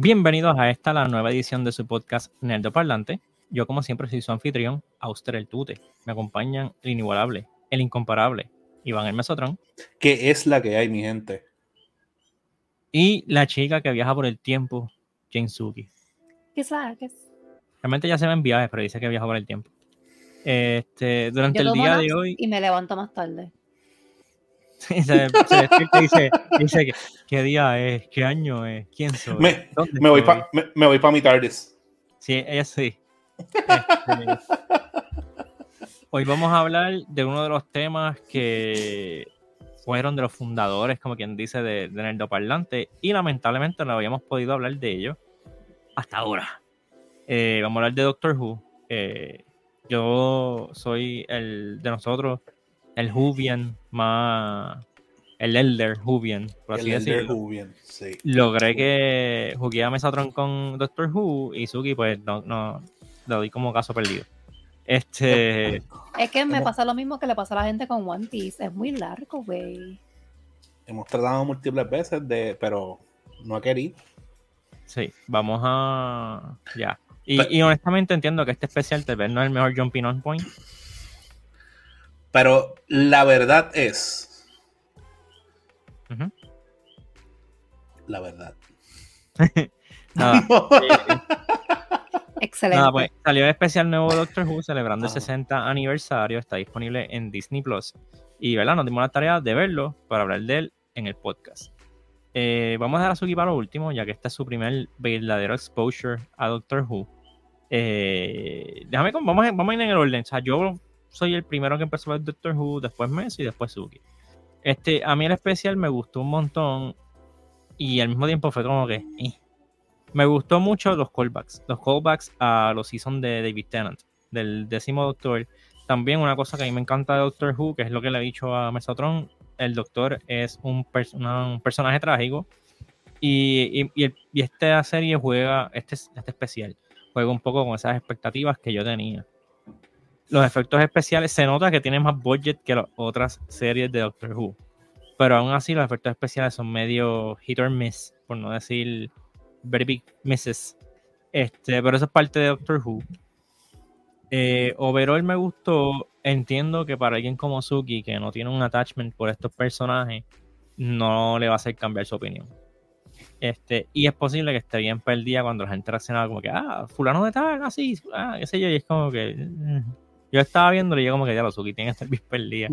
Bienvenidos a esta, la nueva edición de su podcast Nerdoparlante. Yo, como siempre, soy su anfitrión, Auster el Tute. Me acompañan el inigualable, el incomparable, Iván el Mesotrón. ¿Qué es la que hay, mi gente? Y la chica que viaja por el tiempo, Jinsuki. ¿Qué sabes? Realmente ya se va en viajes, pero dice que viaja por el tiempo. Durante Yo el tomo día naps de hoy... y me levanto más tarde. se despierta y dice ¿qué día es? ¿Qué año es? ¿Quién soy? Me voy pa mi TARDIS. Sí, ella sí. Hoy vamos a hablar de uno de los temas que fueron de los fundadores, como quien dice, de Nerdoparlante, y lamentablemente no habíamos podido hablar de ello hasta ahora. Vamos a hablar de Doctor Who. Yo soy el de nosotros, el Whovian más... el Elder Whovian, por así decirlo. Whovian, sí. Logré que jugué a Mesotrón con Doctor Who y Suki, pues no le doy como caso perdido. Es que me pasa lo mismo que le pasa a la gente con One Piece. Es muy largo, güey. Hemos tratado múltiples veces, pero no ha querido. Sí, vamos a... ya. Y honestamente entiendo que este especial tal vez no es el mejor jumping on point. Pero la verdad es... Uh-huh. La verdad. Nada. Excelente. Nada, pues salió el especial nuevo de Doctor Who celebrando el 60 aniversario. Está disponible en Disney Plus. Y ¿verdad? Nos dimos la tarea de verlo para hablar de él en el podcast. Vamos a dar a Suki para lo último, ya que este es su primer verdadero exposure a Doctor Who. Vamos a ir en el orden. O sea, yo soy el primero que empezó a ver Doctor Who, después Messi y después Suki. A mí el especial me gustó un montón y al mismo tiempo fue como que... Me gustó mucho los callbacks a los seasons de David Tennant, del 10º Doctor. También una cosa que a mí me encanta de Doctor Who, que es lo que le he dicho a Mesotron, el Doctor es un personaje trágico y esta serie juega, este especial, juega un poco con esas expectativas que yo tenía. Los efectos especiales se nota que tienen más budget que las otras series de Doctor Who, pero aún así los efectos especiales son medio hit or miss, por no decir very big misses. Pero eso es parte de Doctor Who. Overall me gustó. Entiendo que para alguien como Suki, que no tiene un attachment por estos personajes, no le va a hacer cambiar su opinión. Y es posible que esté bien perdida cuando la gente reacciona como que, fulano de tal, así, qué sé yo, y es como que yo estaba viéndolo y yo como que ya lo Suki tiene que estar bien perdida.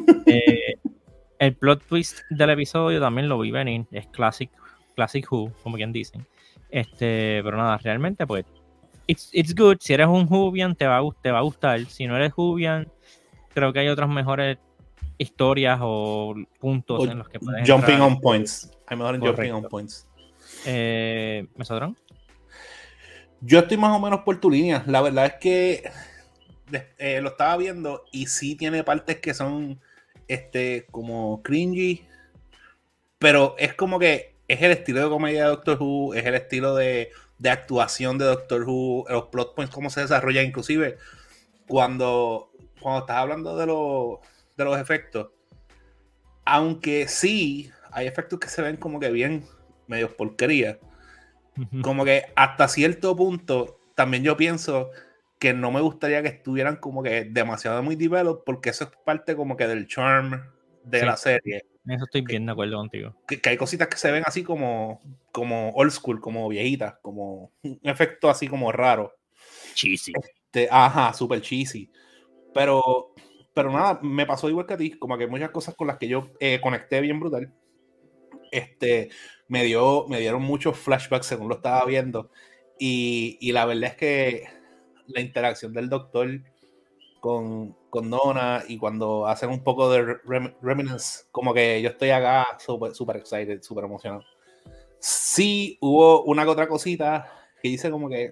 El plot twist del episodio también lo vi venir, es classic Who, como quien dicen. Pero nada, realmente pues it's good. Si eres un Whovian te va a gustar. Si no eres Whovian, creo que hay otras mejores historias o puntos en los que puedes jumping entrar. On points. Hay mejor en jumping on points. ¿Mesotron? Yo estoy más o menos por tu línea. La verdad es que lo estaba viendo y sí tiene partes que son como cringy, pero es como que es el estilo de comedia de Doctor Who, es el estilo de actuación de Doctor Who, los plot points, cómo se desarrolla, inclusive cuando estás hablando de los efectos, aunque sí hay efectos que se ven como que bien medio porquería, como que hasta cierto punto también yo pienso que no me gustaría que estuvieran como que demasiado muy developed, porque eso es parte como que del charm de la serie. Eso estoy bien de acuerdo contigo. Que hay cositas que se ven así como old school, como viejitas, como un efecto así como raro. Cheesy. Super cheesy. Pero nada, me pasó igual que a ti, como que muchas cosas con las que yo conecté bien brutal. Me dieron muchos flashbacks según lo estaba viendo. Y la verdad es que la interacción del Doctor con Donna y cuando hacen un poco de reminiscence, como que yo estoy acá super excited, super emocionado. Sí, hubo una que otra cosita que hice como que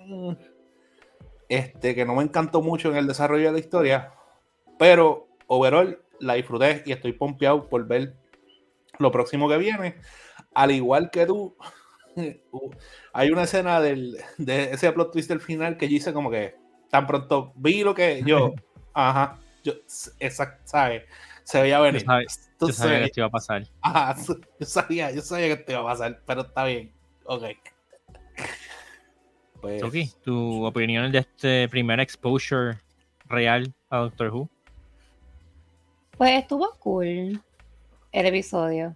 que no me encantó mucho en el desarrollo de la historia, pero overall la disfruté y estoy pompeado por ver lo próximo que viene. Al igual que tú, hay una escena de ese plot twist del final que yo hice como que tan pronto vi lo que yo exacto, ¿sabes? Se veía venir. Yo sabía que esto iba a pasar. Yo sabía que esto iba a pasar, pero está bien. Ok. Pues, Soki, tu opinión de este primer exposure real a Doctor Who. Pues estuvo cool el episodio.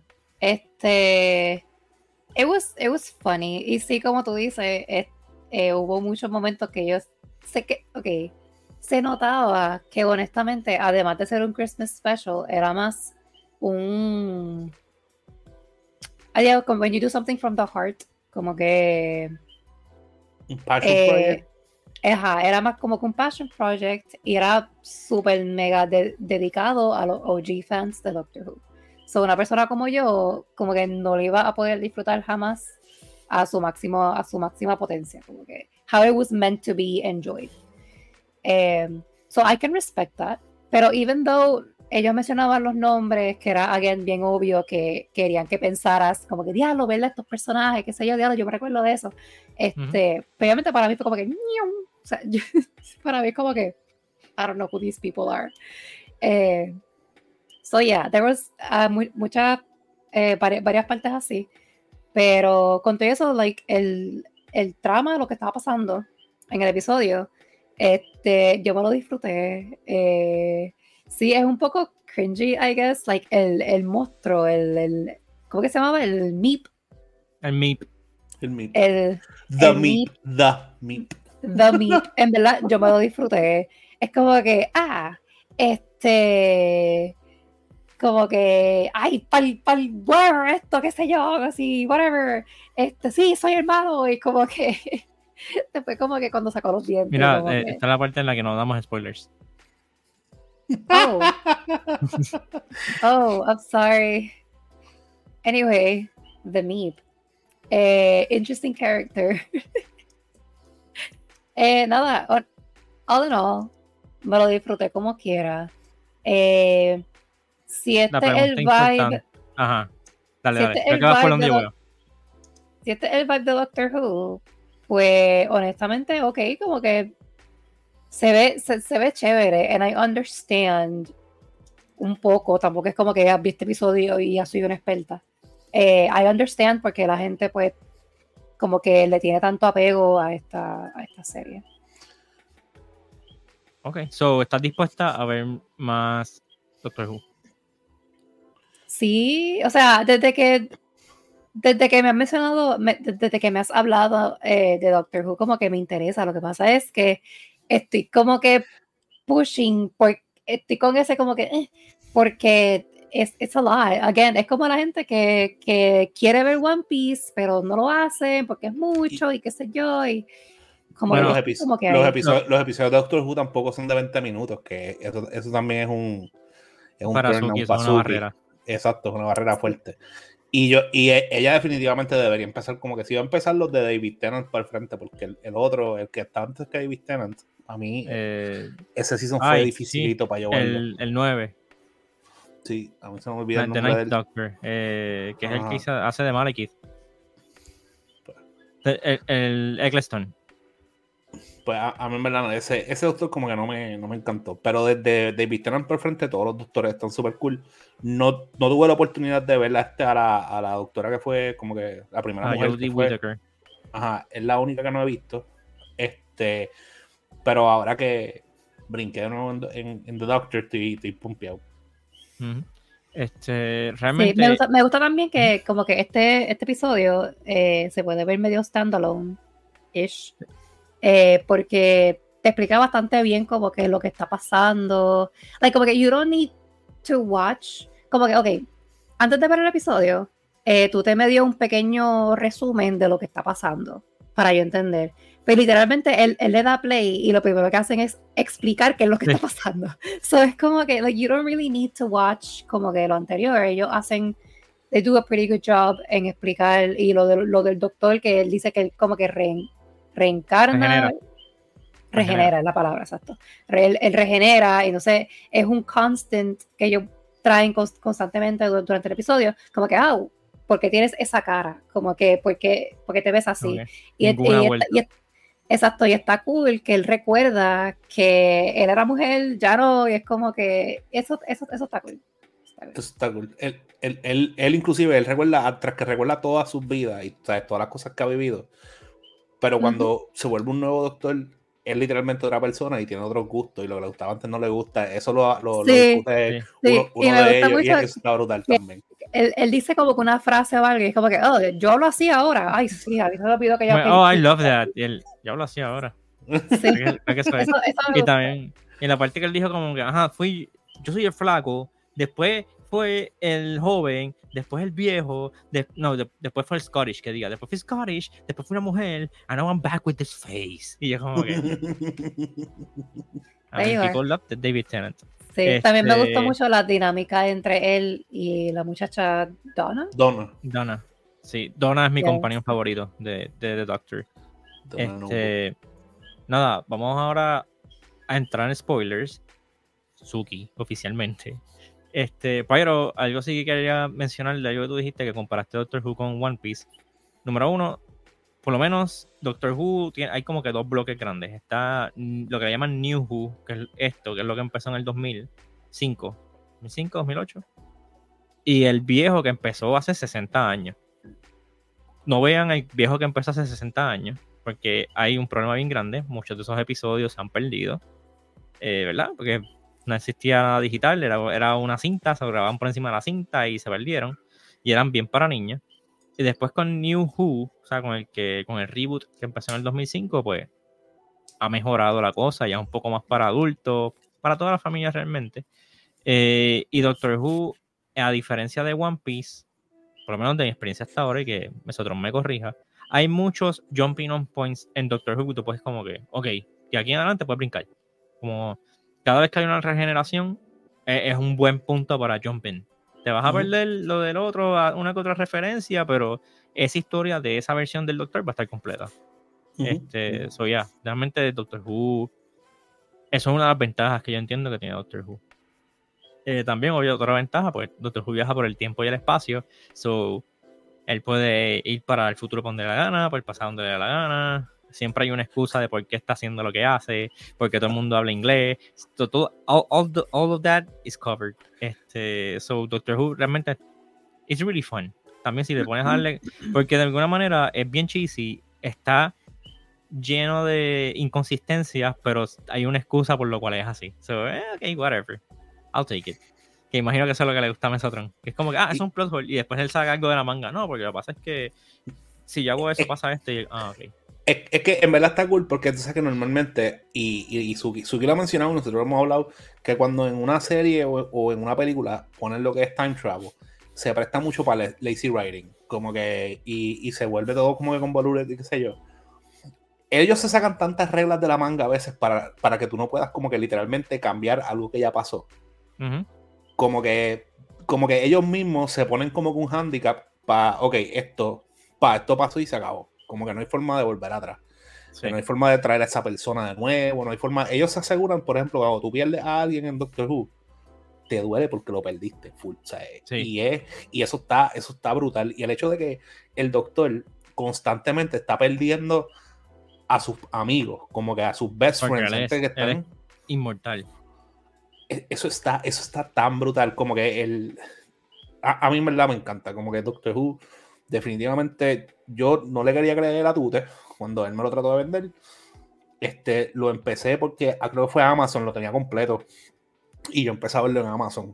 It was funny. Y sí, como tú dices, hubo muchos momentos que yo sé que, ok, se notaba que honestamente, además de ser un Christmas special, era más un... como when you do something from the heart, como que... un passion project. Era más como que un passion project y era súper mega dedicado a los OG fans de Doctor Who. So, una persona como yo, como que no lo iba a poder disfrutar jamás a su máxima potencia, como que how it was meant to be enjoyed. So I can respect that. Pero even though ellos mencionaban los nombres, que era, again, bien obvio que querían que pensaras como que, diablo, verle a estos personajes, qué sé yo, diablo, yo me recuerdo de eso. Pero obviamente para mí fue como que, o sea, para mí es como que, I don't know who these people are. So yeah, there was muchas, varias partes así, pero con todo eso, like, el trama de lo que estaba pasando en el episodio, yo me lo disfruté. Sí, es un poco cringy, I guess, like el monstruo, ¿cómo que se llamaba? El Meep. El Meep. The Meep. The Meep. En verdad, yo me lo disfruté. Es como que, como que, ay, whatever, esto, qué sé yo, así, whatever, sí, soy el malo, y como que, después como que cuando sacó los dientes. Mira, está la parte en la que no damos spoilers. Oh, I'm sorry. Anyway, the Meep. Interesting character. Nada, all in all, me lo disfruté como quiera. Si este es el vibe. Ajá. Dale. Creo que va por donde voy. Si este es el vibe de Doctor Who, pues honestamente, ok, como que se ve chévere. And I understand un poco. Tampoco es como que ya vi este episodio y ya soy una experta. I understand porque la gente, pues, como que le tiene tanto apego a esta serie. Ok, so, ¿estás dispuesta a ver más Doctor Who? Sí, o sea, desde que me has mencionado, desde que me has hablado de Doctor Who, como que me interesa. Lo que pasa es que estoy como que pushing, estoy con ese como que, porque it's a lot. Again, es como la gente que quiere ver One Piece, pero no lo hacen porque es mucho y qué sé yo, y como bueno, que, los episodios de Doctor Who tampoco son de 20 minutos, que eso también es un para Suki, es una barrera. Exacto, es una barrera fuerte. Y ella definitivamente debería empezar como que si iba a empezar los de David Tennant por el frente, porque el otro, el que está antes que David Tennant, a mí ese season fue dificilito para llevarlo. El 9. Sí, a mí se me olvida el nombre The del Night Doctor, que es el que hace de Malekith. El Eccleston. Pues a mí en verdad ese doctor como que no me encantó, pero desde David Tennant por frente todos los doctores están súper cool. No tuve la oportunidad de verla a la doctora que fue como que la primera mujer Jodie Whittaker. Ajá, es la única que no he visto. Pero ahora que brinqué de nuevo en The Doctor estoy pumpeado. Realmente sí, me gusta también que como que este episodio se puede ver medio standalone-ish. Porque te explica bastante bien como que lo que está pasando. Like, como que you don't need to watch. Como que, ok, antes de ver el episodio, tú te me dio un pequeño resumen de lo que está pasando para yo entender. Pero literalmente él le da play y lo primero que hacen es explicar qué es lo que está pasando. So es como que, like, you don't really need to watch como que lo anterior. Ellos they do a pretty good job en explicar, y lo del doctor, que él dice que él como que reencarna, regenera es la palabra, exacto. Él regenera, y no sé, es un constant que ellos traen constantemente durante el episodio, como que, porque tienes esa cara, como que, porque te ves así. Okay. Exacto, y está cool que él recuerda que él era mujer, ya no, y es como que eso está cool. Eso está cool. Él inclusive, él recuerda, tras que recuerda todas sus vidas y, ¿sabes?, todas las cosas que ha vivido, pero cuando se vuelve un nuevo doctor, es literalmente otra persona y tiene otros gustos, y lo que le gustaba antes no le gusta. Eso lo discute uno de ellos, y eso está brutal también. Él dice como que una frase o algo, y es como que, oh, yo hablo así ahora. Ay, sí, a mí se me olvidó que yo... I love that. Yo hablo así ahora. Sí. Eso y también, en la parte que él dijo como que, yo soy el flaco, después fue el joven, después el viejo, después fue el Scottish, que diga, después fue Scottish, después fue una mujer, and now I'm back with this face. Y yo como que... people love David Tennant. Sí, también me gustó mucho la dinámica entre él y la muchacha Donna. Sí, Donna es mi compañero favorito de The Doctor. Nada, vamos ahora a entrar en spoilers. Suki, oficialmente. Pero algo sí que quería mencionar de algo que tú dijiste, que comparaste Doctor Who con One Piece. Número uno, por lo menos Doctor Who hay como que dos bloques grandes. Está lo que le llaman New Who, que es que es lo que empezó en el 2005, 2008. Y el viejo que empezó hace 60 años. No vean el viejo que empezó hace 60 años, porque hay un problema bien grande. Muchos de esos episodios se han perdido, ¿verdad? Porque no existía nada digital, era una cinta, se grababan por encima de la cinta y se perdieron, y eran bien para niños. Y después con New Who, o sea, con el reboot que empezó en el 2005, pues ha mejorado la cosa, ya un poco más para adultos, para toda la familia realmente. Y Doctor Who, a diferencia de One Piece, por lo menos de mi experiencia hasta ahora, y que Mesotron me corrija, hay muchos jumping on points en Doctor Who que tú puedes como que, ok, de aquí en adelante puedes brincar. Como cada vez que hay una regeneración, es un buen punto para jumping. Te vas a perder lo del otro, una que otra referencia, pero esa historia de esa versión del Doctor va a estar completa. Realmente Doctor Who, eso es una de las ventajas que yo entiendo que tiene Doctor Who. También, obvio, otra ventaja, pues Doctor Who viaja por el tiempo y el espacio, so él puede ir para el futuro donde le da la gana, para el pasado donde le da la gana. Siempre hay una excusa de por qué está haciendo lo que hace, porque todo el mundo habla inglés. All of that is covered. So Doctor Who realmente it's really fun. También si le pones a darle, porque de alguna manera es bien cheesy, está lleno de inconsistencias, pero hay una excusa por lo cual es así. So, okay, whatever. I'll take it. Que imagino que eso es lo que le gusta a Mesotron. Que es como que, es un plot hole, y después él saca algo de la manga. No, porque lo que pasa es que si yo hago eso, pasa esto y... ok. Es que en verdad está cool, porque tú sabes que normalmente, y Suki lo ha mencionado, nosotros hemos hablado, que cuando en una serie o en una película ponen lo que es time travel, se presta mucho para lazy writing, como que, y se vuelve todo como que convoluted y qué sé yo. Ellos se sacan tantas reglas de la manga a veces para que tú no puedas como que literalmente cambiar algo que ya pasó. Como que ellos mismos se ponen como que un handicap ok, esto pasó y se acabó. Como que no hay forma de volver atrás. Sí. No hay forma de traer a esa persona de nuevo. No hay forma. Ellos se aseguran, por ejemplo, cuando tú pierdes a alguien en Doctor Who, te duele porque lo perdiste full. O sea, sí. Y eso está brutal. Y el hecho de que el Doctor constantemente está perdiendo a sus amigos, como que a sus best friends. Él es inmortal. Eso está tan brutal. Como que a mí en verdad me encanta. Como que Doctor Who, definitivamente, yo no le quería creer a Tute cuando él me lo trató de vender. Lo empecé porque creo que fue Amazon, lo tenía completo. Y yo empecé a verlo en Amazon.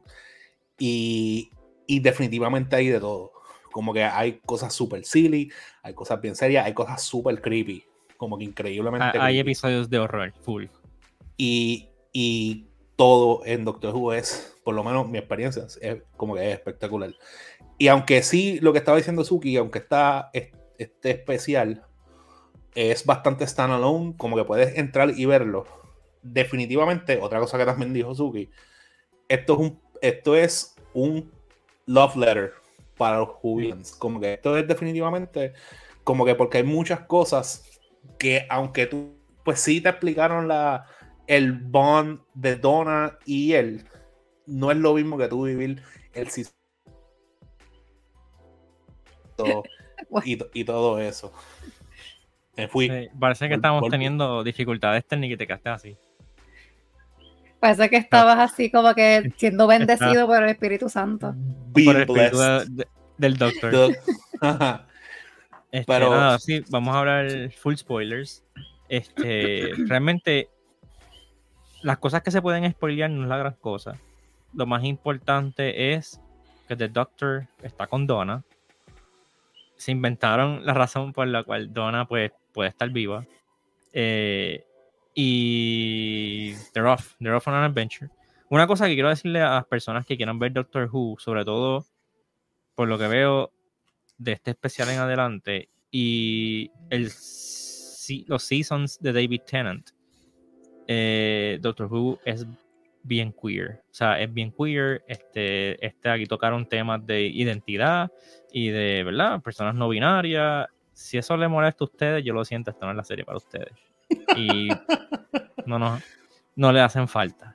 Y definitivamente hay de todo. Como que hay cosas super silly, hay cosas bien serias, hay cosas super creepy. Como que increíblemente hay episodios de horror, full. Y todo en Doctor Who es, por lo menos mi experiencia, es como que es espectacular. Y aunque sí, lo que estaba diciendo Suki, aunque este especial es bastante standalone, como que puedes entrar y verlo. Definitivamente, otra cosa que también dijo Suki, esto es un love letter para los Whovians. Como que esto es definitivamente, como que porque hay muchas cosas que, aunque tú, pues sí te explicaron el bond de Donna y él, no es lo mismo que tú vivir el y todo eso. Me fui. Sí, parece que estamos teniendo dificultades técnicas y te quedaste así. Parece que estabas así como que siendo bendecido por el Espíritu Santo. Por el espíritu del Doctor. Pero Nada, sí, vamos a hablar full spoilers. Realmente, las cosas que se pueden spoilear no es la gran cosa. Lo más importante es que The Doctor está con Donna. Se inventaron la razón por la cual Donna pues, puede estar viva. Y they're off on an adventure. Una cosa que quiero decirle a las personas que quieran ver Doctor Who, sobre todo por lo que veo de este especial en adelante y los seasons de David Tennant, Doctor Who es bien queer, o sea, es bien queer. Aquí tocaron temas de identidad y de, ¿verdad?, personas no binarias. Si eso le molesta a ustedes, yo lo siento, esto no es la serie para ustedes y no le hacen falta.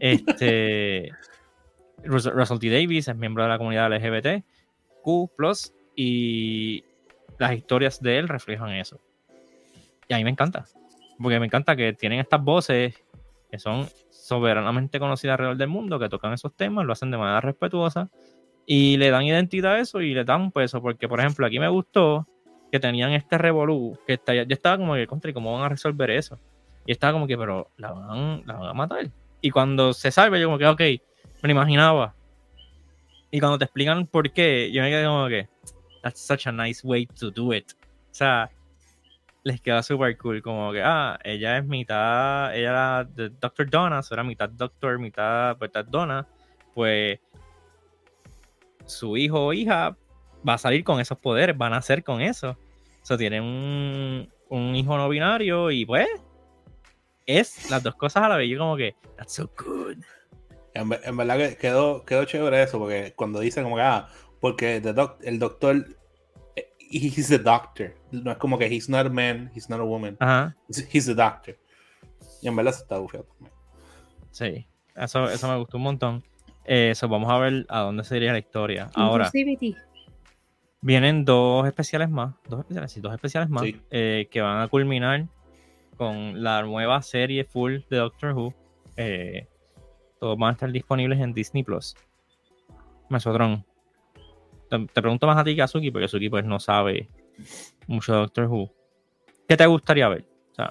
Russell T. Davies es miembro de la comunidad LGBTQ+, y las historias de él reflejan eso. Y a mí me encanta, porque me encanta que tienen estas voces que son soberanamente conocidas alrededor del mundo, que tocan esos temas, lo hacen de manera respetuosa y le dan identidad a eso y le dan un peso, porque por ejemplo aquí me gustó que tenían este revolú, que yo estaba como que contra, ¿y cómo van a resolver eso? Y estaba como que, pero la van a matar. Y cuando se salve, yo como que, ok, me lo imaginaba. Y cuando te explican por qué, yo me quedé como que, that's such a nice way to do it. O sea, les queda súper cool, como que, ella era de Dr. Donna, era mitad Doctor, mitad Donna, pues su hijo o hija va a salir con esos poderes, van a nacer con eso. O sea, tienen un hijo no binario y pues es las dos cosas a la vez. Yo como que, that's so good. En verdad que quedó chévere eso, porque cuando dicen como que, porque el doctor, he's the doctor. No es como que he's not a man, he's not a woman. Ajá. He's the doctor. Y en verdad se está bufeado también. Sí, eso me gustó un montón. Vamos a ver a dónde sería la historia. Ahora, vienen dos especiales más, sí. Que van a culminar con la nueva serie full de Doctor Who. Todos van a estar disponibles en Disney Plus. Mesotron, te pregunto más a ti que a Suki, porque Suki pues no sabe mucho de Doctor Who. ¿Qué te gustaría ver? O sea,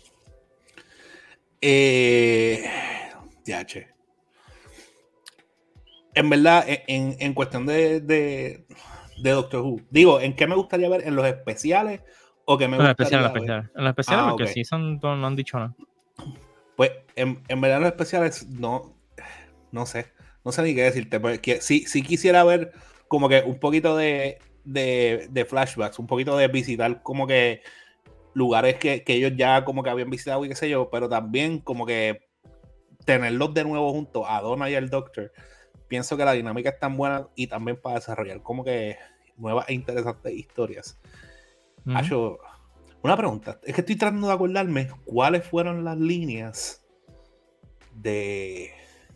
che. En verdad, en cuestión de Doctor Who, digo, ¿en qué me gustaría ver? ¿En los especiales? ¿O qué me gustaría ver? En los especiales, porque okay. Sí no han dicho nada. Pues en verdad en los especiales no sé ni qué decirte, porque sí quisiera ver como que un poquito de flashbacks, un poquito de visitar como que lugares que ellos ya como que habían visitado y qué sé yo, pero también como que tenerlos de nuevo juntos a Donna y al Doctor. Pienso que la dinámica es tan buena y también para desarrollar como que nuevas e interesantes historias. Hacho, una pregunta, es que estoy tratando de acordarme cuáles fueron las líneas de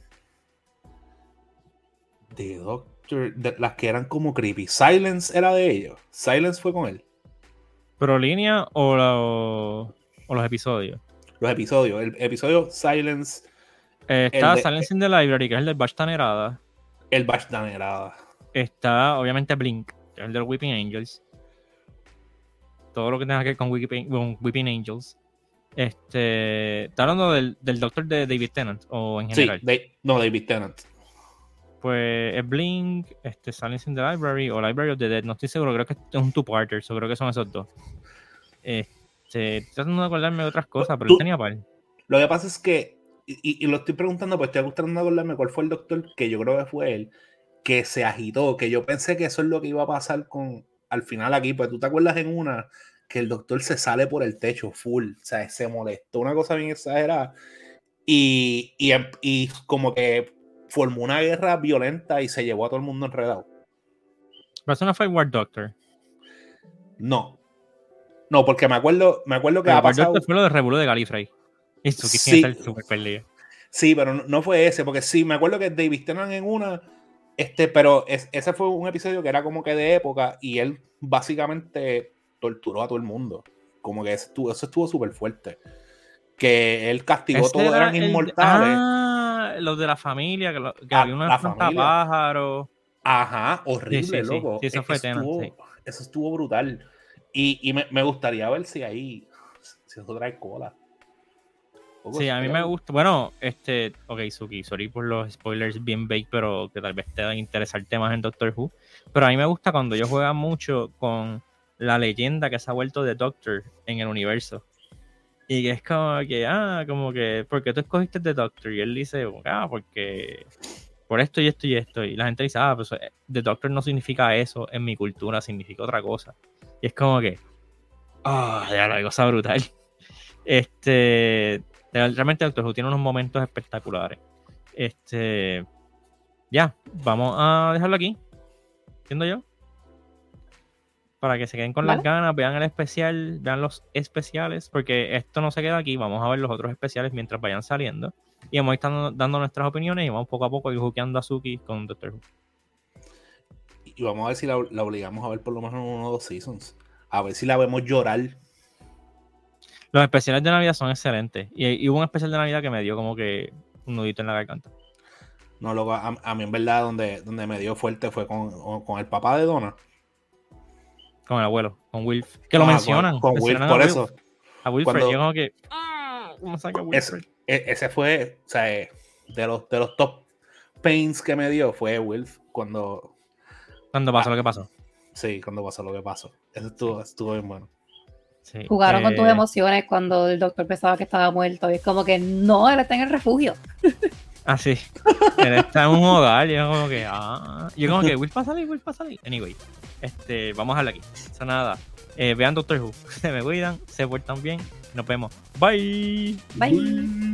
Doctor, de las que eran como creepy. Silence era de ellos. Silence fue con él. ¿Pero línea o los episodios? Los episodios. El episodio Silence. Está Silence in the Library, que es el del Bash Tanerada. El Bash Tanerada. Está obviamente Blink, que es el del Weeping Angels. Todo lo que tenga que ver con Weeping Angels. ¿Está hablando del Doctor de David Tennant o en general? Sí, David Tennant. Pues es Blink, Silence in the Library o Library of the Dead, no estoy seguro, creo que es un two-parter, creo que son esos dos. Estoy tratando de acordarme de otras cosas, pero él tenía par. Lo que pasa es que, y lo estoy preguntando, pues estoy tratando de acordarme cuál fue el doctor, que yo creo que fue él, que se agitó, que yo pensé que eso es lo que iba a pasar al final aquí, pues tú te acuerdas en una que el doctor se sale por el techo full, o sea, se molestó, una cosa bien exagerada, y como que formó una guerra violenta y se llevó a todo el mundo enredado. ¿Pero eso no fue War Doctor? No, porque me acuerdo que ha pasado... Doctor fue lo de Revolú de Gallifrey. Y Suki tiene que estar súper perdido. Sí, pero no fue ese, porque sí, me acuerdo que David Tennant en una... pero ese fue un episodio que era como que de época y él básicamente torturó a todo el mundo. Como que eso estuvo súper fuerte. Que él castigó, todos eran inmortales. Los de la familia, que había una pájaro. Ajá, horrible, loco. Sí, eso fue Tennant, sí. Eso estuvo brutal. Y me gustaría ver si ahí, si eso trae cola. Sí, a mí me gusta. Bueno, ok, Suki, sorry por los spoilers bien vague, pero que tal vez te van a interesar temas en Doctor Who. Pero a mí me gusta cuando ellos juegan mucho con la leyenda que se ha vuelto de Doctor en el universo. Y que es como que, ¿por qué tú escogiste The Doctor? Y él dice, porque por esto y esto y esto. Y la gente dice, pues The Doctor no significa eso, en mi cultura significa otra cosa. Y es como que, ya la cosa brutal. Realmente Doctor Who tiene unos momentos espectaculares. Ya, vamos a dejarlo aquí. ¿Entiendo yo? Para que se queden con las ganas, vean el especial, vean los especiales, porque esto no se queda aquí. Vamos a ver los otros especiales mientras vayan saliendo. Y vamos a estar dando nuestras opiniones y vamos poco a poco ir jukeando a Suki con Doctor Who. Y vamos a ver si la obligamos a ver por lo menos 1 o 2 seasons. A ver si la vemos llorar. Los especiales de Navidad son excelentes. Y hubo un especial de Navidad que me dio como que un nudito en la garganta. No, luego a mí en verdad donde me dio fuerte fue con el papá de Donna. Con el abuelo, con Wilf. Que lo mencionan. Con Wilf, por eso. A Wilfred, yo como que... ¿Cómo saca Wilfred? Ese fue, o sea, de los top pains que me dio fue Wilf cuando pasó lo que pasó. Sí, cuando pasó lo que pasó. Eso estuvo bien bueno. Sí, jugaron con tus emociones cuando el doctor pensaba que estaba muerto. Y es como que no, él está en el refugio. Sí. Él está en un hogar. Y yo como que, Will pasa ahí. Anyway, vamos a dejarlo aquí. Eso nada. Vean Doctor Who. Se me cuidan, se portan bien. Nos vemos. Bye. Bye.